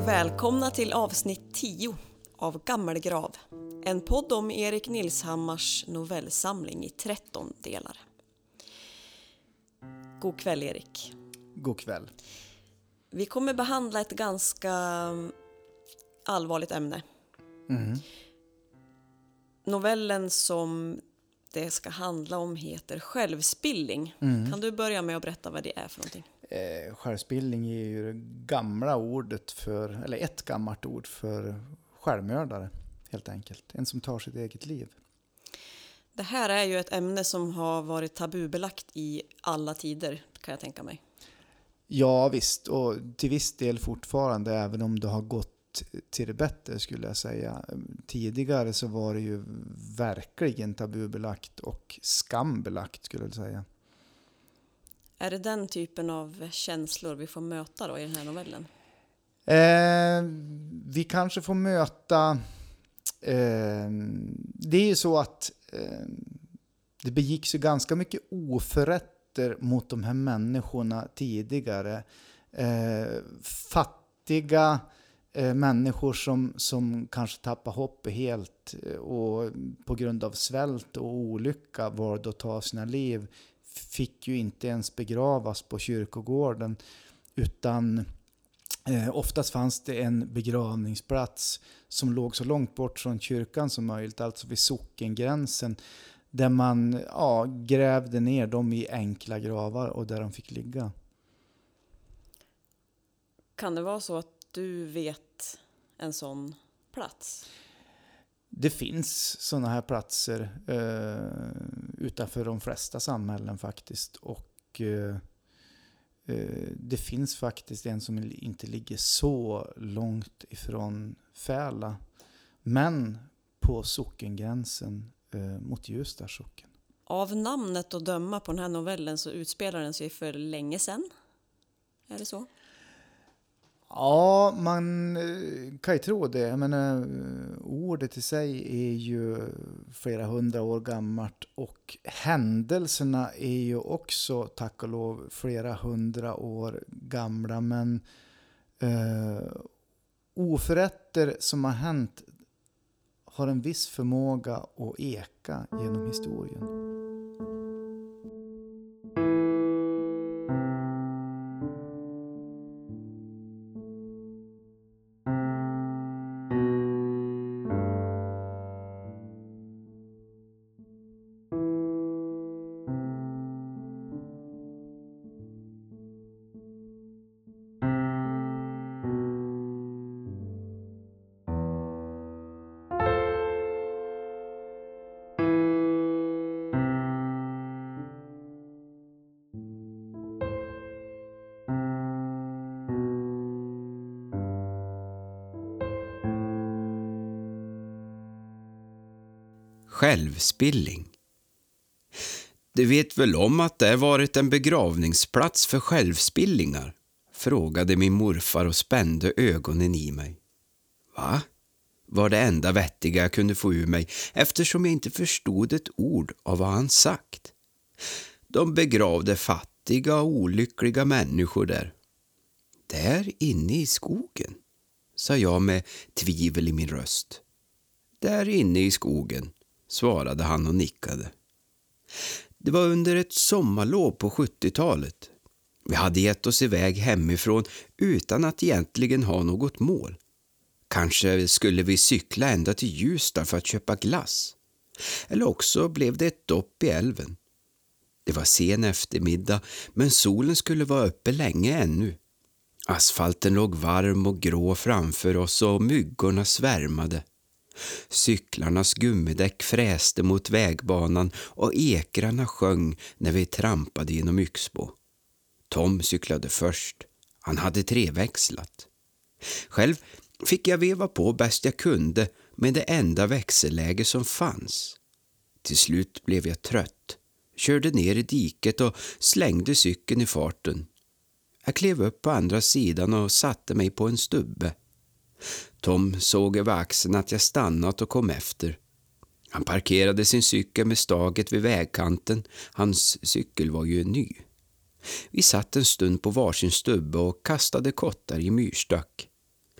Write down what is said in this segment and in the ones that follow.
Välkomna till avsnitt 10 av Gammelgrav. En podd om Erik Nilshammars novellsamling i 13 delar. God kväll Erik. God kväll. Vi kommer behandla ett ganska allvarligt ämne. Novellen som det ska handla om heter Självspilling. Kan du börja med att berätta vad det är för någonting? Självspilling är ju det gamla ordet för, eller ett gammalt ord för självmördare helt enkelt. En som tar sitt eget liv. Det här är ju ett ämne som har varit tabubelagt i alla tider, kan jag tänka mig. Ja visst, och till viss del fortfarande, även om det har gått till det bättre skulle jag säga. Tidigare så var det ju verkligen tabubelagt och skambelagt skulle jag säga. Är det den typen av känslor vi får möta då i den här novellen? Vi kanske får möta... det är ju så att det begicks ju ganska mycket oförrätter mot de här människorna tidigare. Fattiga människor som kanske tappar hoppet helt och på grund av svält och olycka valde att ta sina liv fick ju inte ens begravas på kyrkogården, utan oftast fanns det en begravningsplats som låg så långt bort från kyrkan som möjligt, alltså vid sockengränsen, där man grävde ner dem i enkla gravar och där de fick ligga. Kan det vara så att du vet en sån plats? Det finns sådana här platser utanför de flesta samhällen faktiskt, och det finns faktiskt en som inte ligger så långt ifrån Färla, men på sockengränsen mot Ljusdals socken. Av namnet att döma på den här novellen så utspelar den sig för länge sedan. Är det så? Ja, man kan ju tro det. Jag menar, ordet i sig är ju flera hundra år gammalt och händelserna är ju också, tack och lov, flera hundra år gamla. Men oförrätter som har hänt har en viss förmåga att eka genom historien. Självspilling. Du vet väl om att det varit en begravningsplats för självspillingar? Frågade min morfar och spände ögonen i mig. Va? Var det enda vettiga jag kunde få ur mig, eftersom jag inte förstod ett ord av vad han sagt. De begravde fattiga och olyckliga människor där. Där inne i skogen, sa jag med tvivel i min röst. Där inne i skogen, svarade han och nickade. Det var under ett sommarlov på 70-talet. Vi hade gett oss iväg hemifrån utan att egentligen ha något mål. Kanske skulle vi cykla ända till Ljusdal för att köpa glass. Eller också blev det ett dopp i älven. Det var sen eftermiddag, men solen skulle vara uppe länge ännu. Asfalten låg varm och grå framför oss och myggorna svärmade. Cyklarnas gummidäck fräste mot vägbanan och ekrarna sjöng när vi trampade genom Yxbo. Tom cyklade först. Han hade treväxlat. Själv fick jag veva på bäst jag kunde med det enda växelläge som fanns. Till slut blev jag trött, körde ner i diket och slängde cykeln i farten. Jag klev upp på andra sidan och satte mig på en stubbe. Tom såg över axeln att jag stannat och kom efter. Han parkerade sin cykel med staget vid vägkanten. Hans cykel var ju ny. Vi satt en stund på varsin stubbe och kastade kottar i myrstack.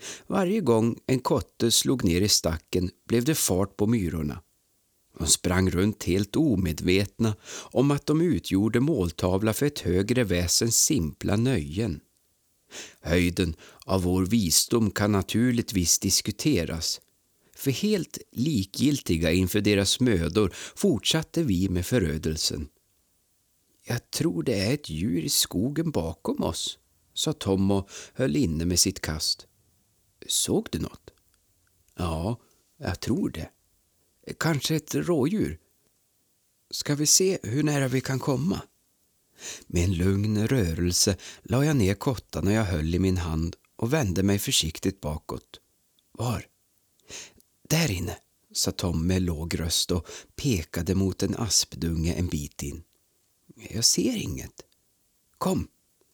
Varje gång en kotte slog ner i stacken blev det fart på myrorna. De sprang runt helt omedvetna om att de utgjorde måltavla för ett högre väsens simpla nöjen. Höjden av vår visdom kan naturligtvis diskuteras. För helt likgiltiga inför deras mödor fortsatte vi med förödelsen. Jag tror det är ett djur i skogen bakom oss, sa Tom och höll inne med sitt kast. Såg du något? Ja, jag tror det. Kanske ett rådjur. Ska vi se hur nära vi kan komma? Med en lugn rörelse la jag ner kottarna jag höll i min hand och vände mig försiktigt bakåt. Var? Där inne, sa Tom med låg röst och pekade mot en aspdunge en bit in. Jag ser inget. Kom.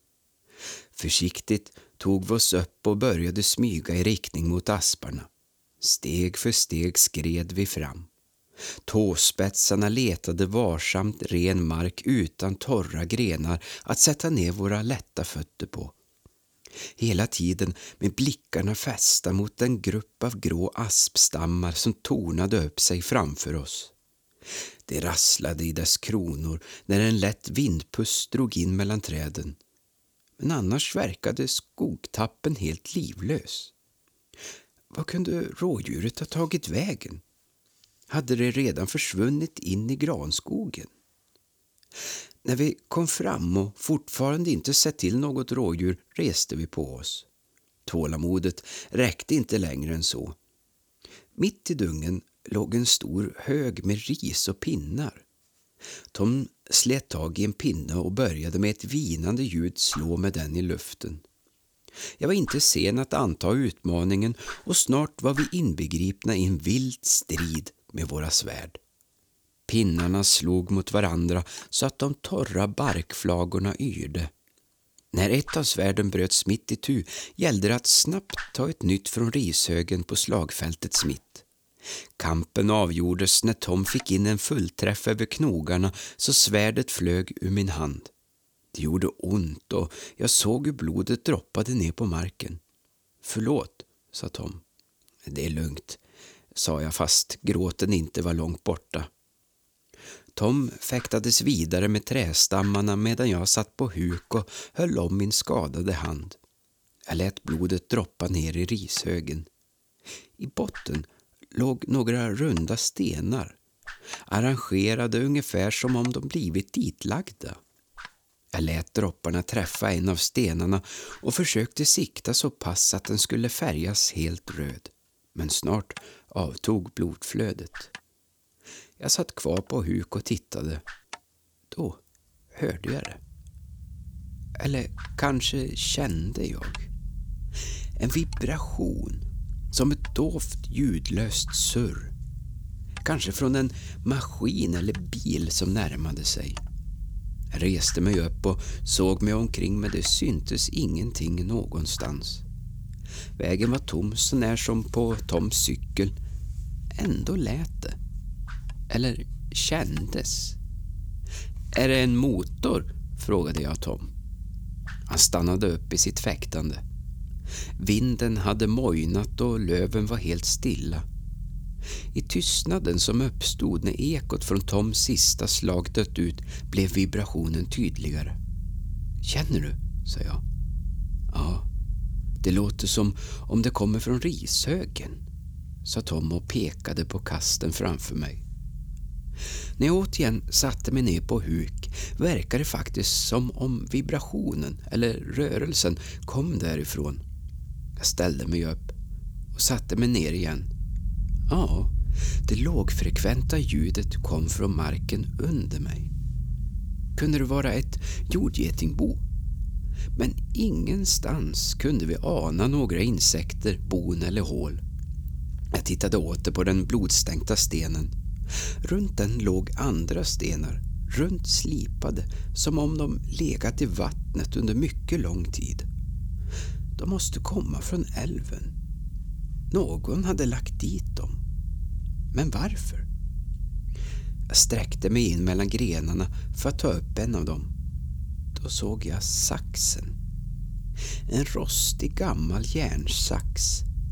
Försiktigt tog vi oss upp och började smyga i riktning mot asparna. Steg för steg skred vi fram. Tåspetsarna letade varsamt ren mark utan torra grenar att sätta ner våra lätta fötter på. Hela tiden med blickarna fästa mot en grupp av grå aspstammar som tornade upp sig framför oss. Det rasslade i dess kronor när en lätt vindpust drog in mellan träden. Men annars verkade skogtappen helt livlös. Vad kunde rådjuret ha tagit vägen? Hade det redan försvunnit in i granskogen? När vi kom fram och fortfarande inte sett till något rådjur reste vi på oss. Tålamodet räckte inte längre än så. Mitt i dungen låg en stor hög med ris och pinnar. Tom slet tag i en pinne och började med ett vinande ljud slå med den i luften. Jag var inte sen att anta utmaningen och snart var vi inbegripna i en vild strid med våra svärd. Pinnarna slog mot varandra så att de torra barkflagorna yrde. När ett av svärden bröts mitt itu gällde det att snabbt ta ett nytt från rishögen på slagfältets mitt. Kampen avgjordes när Tom fick in en fullträff över knogarna så svärdet flög ur min hand. Det gjorde ont och jag såg hur blodet droppade ner på marken. Förlåt, sa Tom. Det är lugnt, sa jag fast gråten inte var långt borta. Tom fäktades vidare med trästammarna medan jag satt på huk och höll om min skadade hand. Jag lät blodet droppa ner i rishögen. I botten låg några runda stenar, arrangerade ungefär som om de blivit ditlagda. Jag lät dropparna träffa en av stenarna och försökte sikta så pass att den skulle färgas helt röd. Men snart avtog blodflödet. Jag satt kvar på huk och tittade. Då hörde jag det. Eller kanske kände jag. En vibration, som ett dovt ljudlöst surr. Kanske från en maskin eller bil som närmade sig. Jag reste mig upp och såg mig omkring, men det syntes ingenting någonstans. Vägen var tom så när som på Toms cykel. Ändå lät det. Eller kändes. Är det en motor? Frågade jag Tom. Han stannade upp i sitt fäktande. Vinden hade mojnat och löven var helt stilla. I tystnaden som uppstod när ekot från Toms sista slag dött ut blev vibrationen tydligare. Känner du? Sa jag. Ja, det låter som om det kommer från rishögen, sa Tom och pekade på kasten framför mig. När jag återigen satte mig ner på huk verkade det faktiskt som om vibrationen eller rörelsen kom därifrån. Jag ställde mig upp och satte mig ner igen. Ja, det lågfrekventa ljudet kom från marken under mig. Kunde det vara ett jordgetingbo? Men ingenstans kunde vi ana några insekter, bon eller hål. Jag tittade åter på den blodstänkta stenen. Runt den låg andra stenar, runt slipade, som om de legat i vattnet under mycket lång tid. De måste komma från älven. Någon hade lagt dit dem. Men varför? Jag sträckte mig in mellan grenarna för att ta upp en av dem. Då såg jag saxen. En rostig gammal järnsax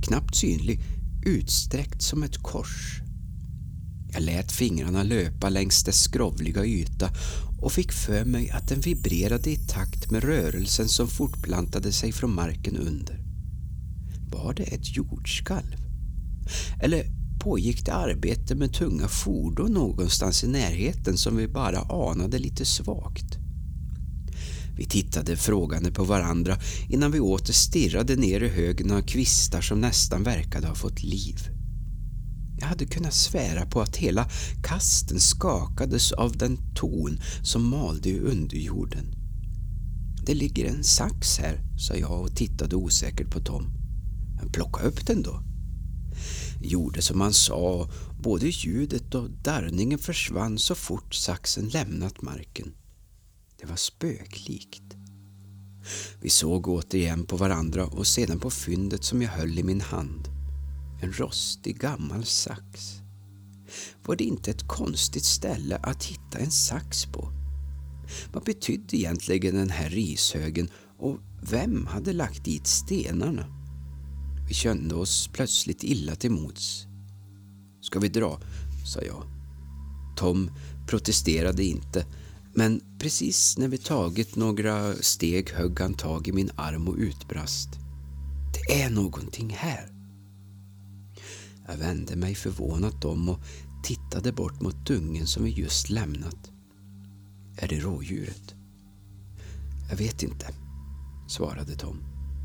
knappt synlig, utsträckt som ett kors. Jag lät fingrarna löpa längs dess skrovliga yta och fick för mig att den vibrerade i takt med rörelsen som fortplantade sig från marken under. Var det ett jordskalv? Eller pågick det arbete med tunga fordon någonstans i närheten som vi bara anade lite svagt? Vi tittade frågande på varandra innan vi åter stirrade ner i högen av kvistar som nästan verkade ha fått liv. Jag hade kunnat svära på att hela kasten skakades av den ton som malde i underjorden. Det ligger en sax här, sa jag och tittade osäkert på Tom. Plocka upp den då. Jag gjorde som han sa, både ljudet och darrningen försvann så fort saxen lämnat marken. Det var spöklikt. Vi såg återigen på varandra och sedan på fyndet som jag höll i min hand. En rostig gammal sax. Var det inte ett konstigt ställe att hitta en sax på? Vad betydde egentligen den här rishögen och vem hade lagt dit stenarna? Vi kände oss plötsligt illa till mods. Ska vi dra, sa jag. Tom protesterade inte, men precis när vi tagit några steg högg han tag i min arm och utbrast. Det är någonting här. Jag vände mig förvånat om och tittade bort mot dungen som vi just lämnat. Är det rådjuret? Jag vet inte, svarade Tom.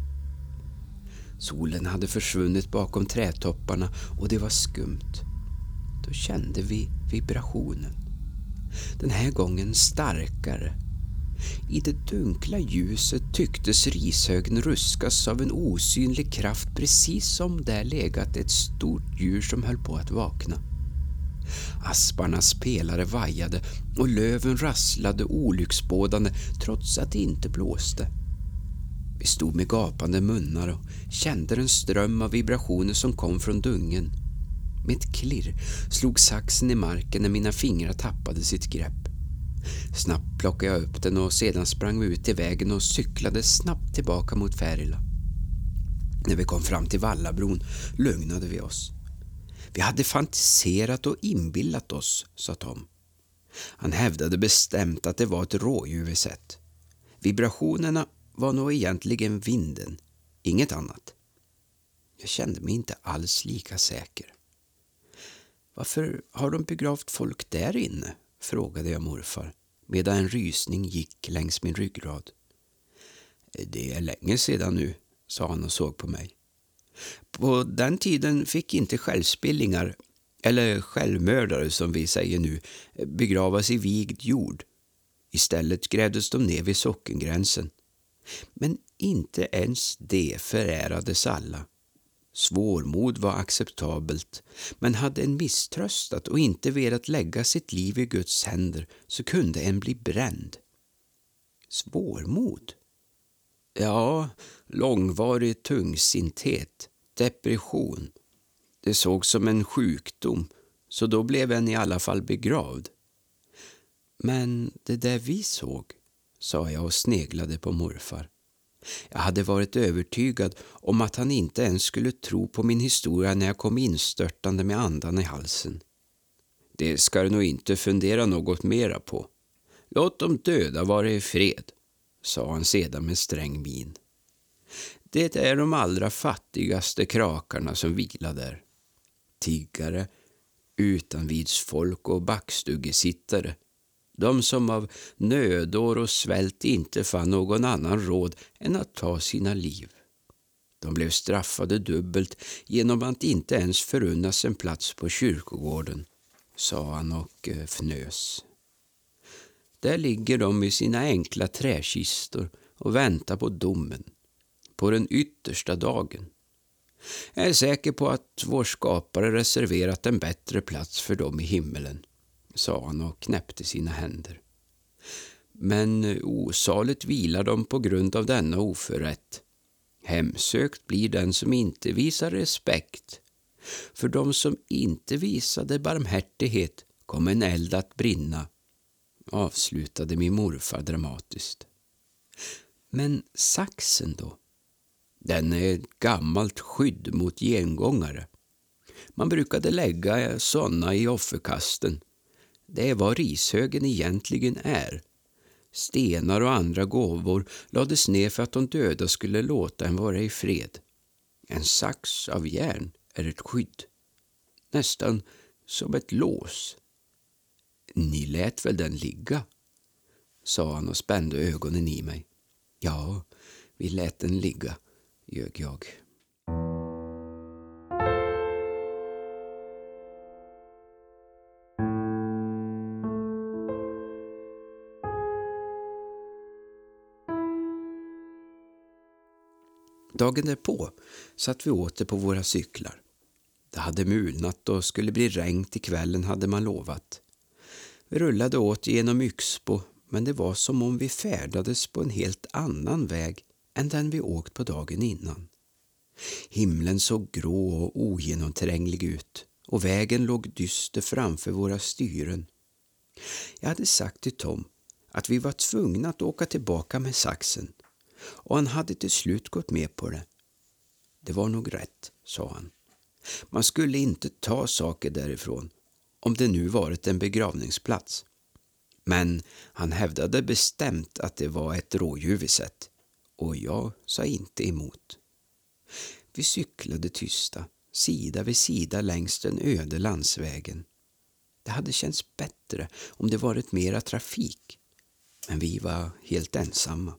Solen hade försvunnit bakom trädtopparna och det var skumt. Då kände vi vibrationen. Den här gången starkare. I det dunkla ljuset tycktes rishögen ruskas av en osynlig kraft precis som där legat ett stort djur som höll på att vakna. Asparnas pelare vajade och löven rasslade olycksbådande trots att det inte blåste. Vi stod med gapande munnar och kände en ström av vibrationer som kom från dungen. Med ett klirr slog saxen i marken när mina fingrar tappade sitt grepp. Snabbt plockade jag upp den och sedan sprang vi ut i vägen och cyklade snabbt tillbaka mot Färila. När vi kom fram till Vallabron lugnade vi oss. Vi hade fantiserat och inbillat oss, sa Tom. Han hävdade bestämt att det var ett rådjur vi sett. Vibrationerna var nog egentligen vinden, inget annat. Jag kände mig inte alls lika säker. Varför har de begravt folk där inne? Frågade jag morfar, medan en rysning gick längs min ryggrad. Det är länge sedan nu, sa han och såg på mig. På den tiden fick inte självspillingar, eller självmördare som vi säger nu, begravas i vigd jord. Istället grävdes de ner vid sockengränsen. Men inte ens det förärades alla. Svårmod var acceptabelt, men hade en misströstat och inte velat lägga sitt liv i Guds händer så kunde en bli bränd. Svårmod? Ja, långvarig tungsinthet, depression. Det såg som en sjukdom, så då blev en i alla fall begravd. Men det där vi såg, sa jag och sneglade på morfar. Jag hade varit övertygad om att han inte ens skulle tro på min historia när jag kom instörtande med andan i halsen. Det ska du nog inte fundera något mera på. Låt dem döda vara i fred, sa han sedan med sträng min. Det är de allra fattigaste krakarna som vilar där. Tiggare, utanvidsfolk och backstugesittare. De som av nödår och svält inte fann någon annan råd än att ta sina liv. De blev straffade dubbelt genom att inte ens förunnas en plats på kyrkogården, sa han och fnös. Där ligger de i sina enkla träkistor och väntar på domen, på den yttersta dagen. Jag är säker på att vår skapare reserverat en bättre plats för dem i himmelen, sa han och knäppte sina händer. Men osaligt vilar de på grund av denna oförrätt. Hemsökt blir den som inte visar respekt. För de som inte visade barmhärtighet kom en eld att brinna, avslutade min morfar dramatiskt. Men saxen då? Den är ett gammalt skydd mot gengångare. Man brukade lägga sådana i offerkasten. Det är vad rishögen egentligen är. Stenar och andra gåvor lades ner för att de döda skulle låta en vara i fred. En sax av järn är ett skydd. Nästan som ett lås. Ni lät väl den ligga? Sa han och spände ögonen i mig. Ja, vi lät den ligga, ljög jag. Dagen därpå satt vi åter på våra cyklar. Det hade mulnat och skulle bli regn till kvällen hade man lovat. Vi rullade åt genom Yxbo, men det var som om vi färdades på en helt annan väg än den vi åkt på dagen innan. Himlen såg grå och ogenomtränglig ut och vägen låg dyster framför våra styren. Jag hade sagt till Tom att vi var tvungna att åka tillbaka med saxen och han hade till slut gått med på det. Det var nog rätt, sa han. Man skulle inte ta saker därifrån om det nu varit en begravningsplats. Men han hävdade bestämt att det var ett rådjur vi sett och jag sa inte emot. Vi cyklade tysta, sida vid sida längs den öde landsvägen. Det hade känts bättre om det varit mera trafik, men vi var helt ensamma.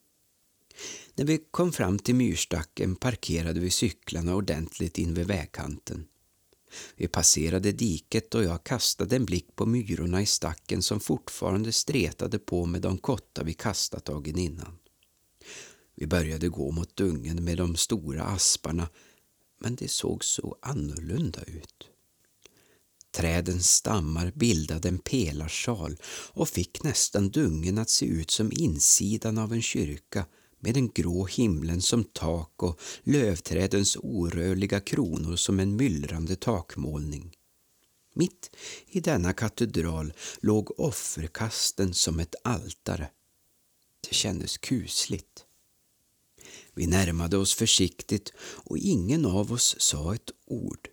När vi kom fram till myrstacken parkerade vi cyklarna ordentligt in vid vägkanten. Vi passerade diket och jag kastade en blick på myrorna i stacken som fortfarande stretade på med de kottar vi kastat dagen innan. Vi började gå mot dungen med de stora asparna, men det såg så annorlunda ut. Trädens stammar bildade en pelarsal och fick nästan dungen att se ut som insidan av en kyrka med den grå himlen som tak och lövträdens orörliga kronor som en myllrande takmålning. Mitt i denna katedral låg offerkasten som ett altare. Det kändes kusligt. Vi närmade oss försiktigt och ingen av oss sa ett ord.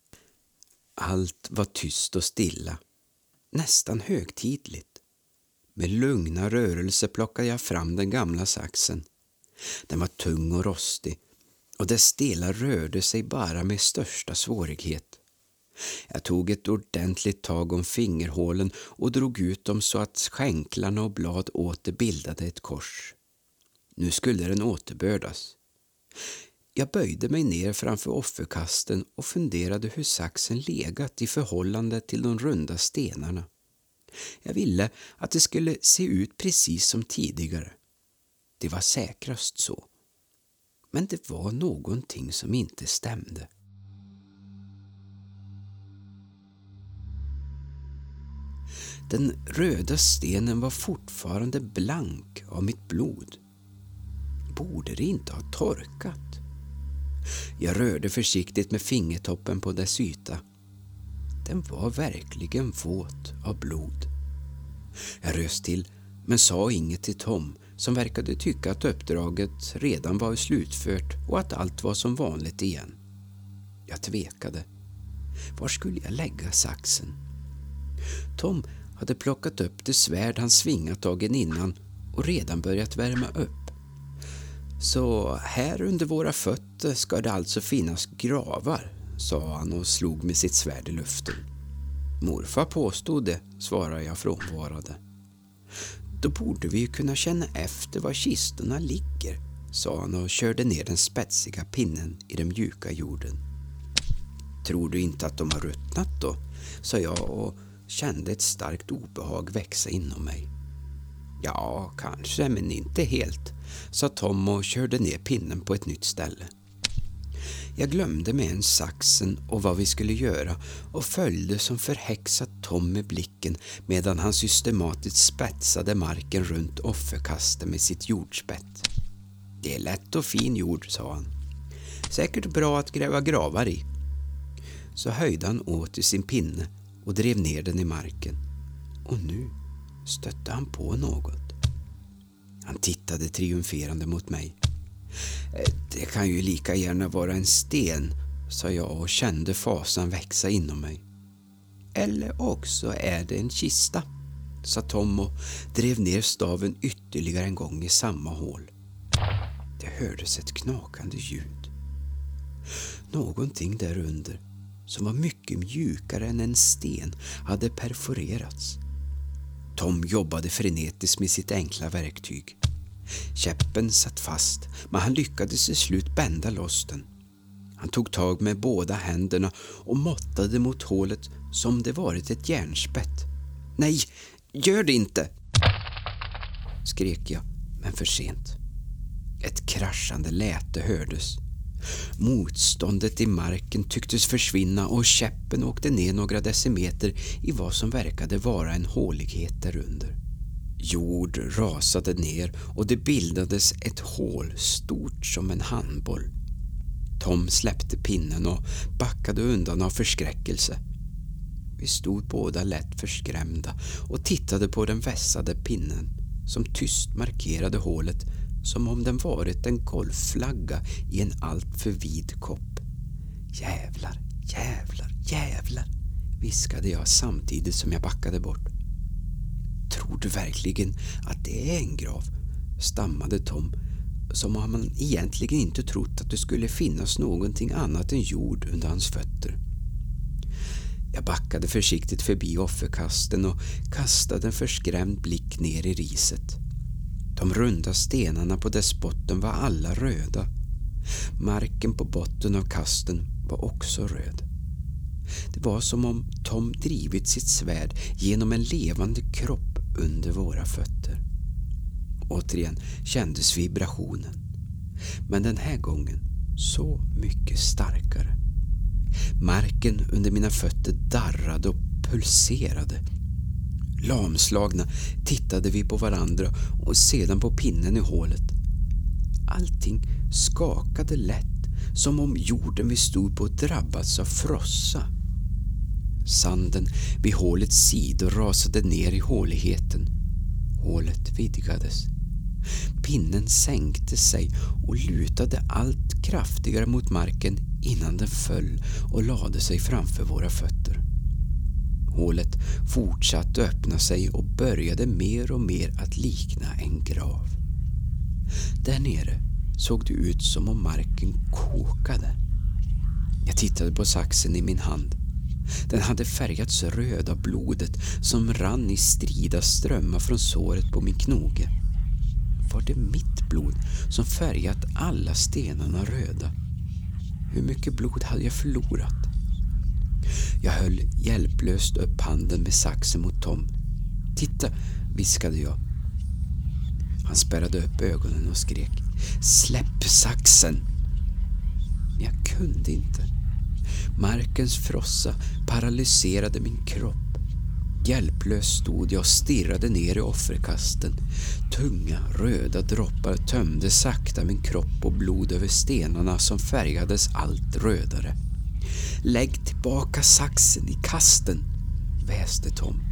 Allt var tyst och stilla, nästan högtidligt. Med lugna rörelser plockade jag fram den gamla saxen. Den var tung och rostig och dess delar rörde sig bara med största svårighet. Jag tog ett ordentligt tag om fingerhålen och drog ut dem så att skänklarna och blad åter bildade ett kors. Nu skulle den återbördas. Jag böjde mig ner framför offerkasten och funderade hur saxen legat i förhållande till de runda stenarna. Jag ville att det skulle se ut precis som tidigare. Det var säkrast så. Men det var någonting som inte stämde. Den röda stenen var fortfarande blank av mitt blod. Borde det inte ha torkat? Jag rörde försiktigt med fingertoppen på dess yta. Den var verkligen våt av blod. Jag rös till men sa inget till Tom som verkade tycka att uppdraget redan var slutfört och att allt var som vanligt igen. Jag tvekade. Var skulle jag lägga saxen? Tom hade plockat upp det svärd han svingat dagen innan och redan börjat värma upp. Så här under våra fötter ska det alltså finnas gravar, sa han och slog med sitt svärd i luften. Morfar påstod det, svarade jag frånvarande. Då borde vi ju kunna känna efter var kistorna ligger, sa han och körde ner den spetsiga pinnen i den mjuka jorden. Tror du inte att de har ruttnat då? Sa jag och kände ett starkt obehag växa inom mig. Ja, kanske, men inte helt, sa Tom och körde ner pinnen på ett nytt ställe. Jag glömde med en saxen och vad vi skulle göra och följde som förhäxat Tom med blicken medan han systematiskt spetsade marken runt offerkasten med sitt jordspett. Det är lätt och fin jord, sa han. Säkert bra att gräva gravar i. Så höjde han åt sin pinne och drev ner den i marken. Och nu stötte han på något. Han tittade triumferande mot mig. Det kan ju lika gärna vara en sten, sa jag och kände fasan växa inom mig. Eller också är det en kista, sa Tom och drev ner staven ytterligare en gång i samma hål. Det hördes ett knakande ljud. Någonting där under, som var mycket mjukare än en sten, hade perforerats. Tom jobbade frenetiskt med sitt enkla verktyg. Käppen satt fast, men han lyckades till slut bända loss den. Han tog tag med båda händerna och måttade mot hålet som det varit ett järnspett. Nej, gör det inte! Skrek jag, men för sent. Ett kraschande läte hördes. Motståndet i marken tycktes försvinna och käppen åkte ner några decimeter i vad som verkade vara en hålighet därunder. Jord rasade ner och det bildades ett hål stort som en handboll. Tom släppte pinnen och backade undan av förskräckelse. Vi stod båda lätt förskrämda och tittade på den vässade pinnen som tyst markerade hålet som om den varit en golfflagga i en allt för vid kopp. Jävlar, jävlar, jävlar, viskade jag samtidigt som jag backade bort. Tror du verkligen att det är en grav? Stammade Tom, som om han egentligen inte trott att det skulle finnas någonting annat än jord under hans fötter. Jag backade försiktigt förbi offerkasten och kastade en förskrämd blick ner i riset. De runda stenarna på dess botten var alla röda. Marken på botten av kasten var också röd. Det var som om Tom drivit sitt svärd genom en levande kropp under våra fötter. Återigen kändes vibrationen, men den här gången så mycket starkare. Marken under mina fötter darrade och pulserade. Lamslagna tittade vi på varandra och sedan på pinnen i hålet. Allting skakade lätt, som om jorden vi stod på drabbats av frossa. Sanden vid hålets sidor rasade ner i håligheten. Hålet vidgades. Pinnen sänkte sig och lutade allt kraftigare mot marken innan den föll och lade sig framför våra fötter. Hålet fortsatte öppna sig och började mer och mer att likna en grav. Där nere såg det ut som om marken kokade. Jag tittade på saxen i min hand. Den hade färgats röd av blodet som rann i strida strömmar från såret på min knoge. Var det mitt blod som färgat alla stenarna röda? Hur mycket blod hade jag förlorat? Jag höll hjälplöst upp handen med saxen mot Tom. Titta, viskade jag. Han spärrade upp ögonen och skrek. Släpp saxen! Men jag kunde inte. Markens frossa paralyserade min kropp. Hjälplöst stod jag och stirrade ner i offerkasten. Tunga, röda droppar tömde sakta min kropp och blod över stenarna som färgades allt rödare. Lägg tillbaka saxen i kasten, väste Tom.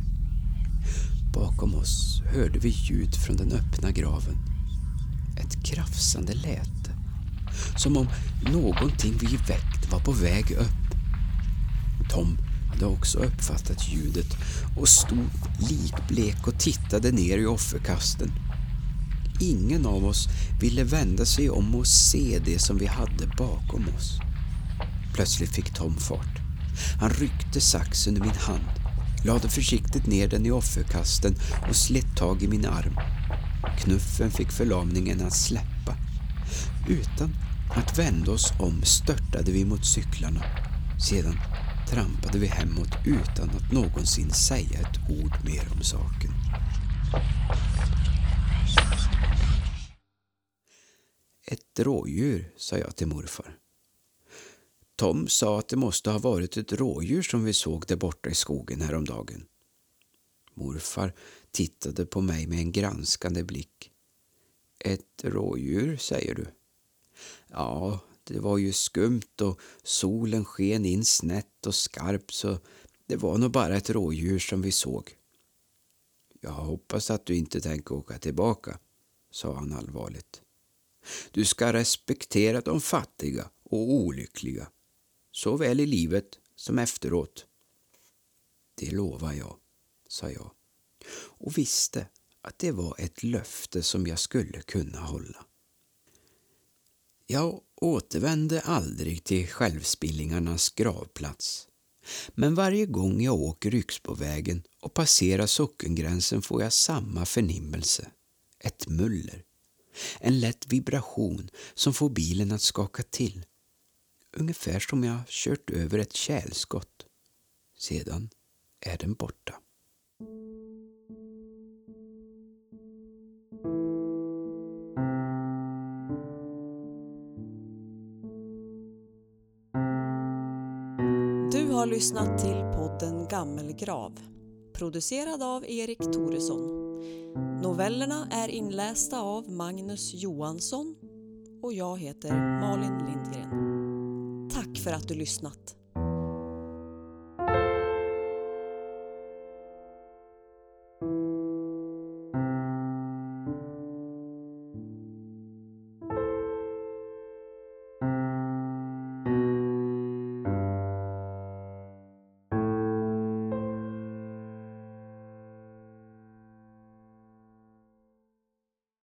Bakom oss hörde vi ljud från den öppna graven. Ett krafsande läte, som om någonting vi väckt var på väg upp. Tom hade också uppfattat ljudet och stod likblek och tittade ner i offerkasten. Ingen av oss ville vända sig om och se det som vi hade bakom oss. Plötsligt fick Tom fart. Han ryckte saxen ur min hand, lade försiktigt ner den i offerkasten och slet tag i min arm. Knuffen fick förlamningen att släppa. Utan att vända oss om störtade vi mot cyklarna. Sedan trampade vi hemåt utan att någonsin säga ett ord mer om saken. Ett rådjur, sa jag till morfar. Tom sa att det måste ha varit ett rådjur som vi såg där borta i skogen häromdagen. Morfar tittade på mig med en granskande blick. Ett rådjur, säger du? Ja, det var ju skumt och solen sken in snett och skarpt, så det var nog bara ett rådjur som vi såg. Jag hoppas att du inte tänker åka tillbaka, sa han allvarligt. Du ska respektera de fattiga och olyckliga, såväl i livet som efteråt. Det lovar jag, sa jag, och visste att det var ett löfte som jag skulle kunna hålla. Jag återvände aldrig till självspillingarnas gravplats. Men varje gång jag åker Ryxbovägen och passerar sockengränsen får jag samma förnimmelse. Ett muller. En lätt vibration som får bilen att skaka till. Ungefär som jag kört över ett kärlskott. Sedan är den borta. Du har lyssnat till podden Gammelgrav, producerad av Erik Thoresson. Novellerna är inlästa av Magnus Johansson och jag heter Malin Lindgren. Tack för att du lyssnat.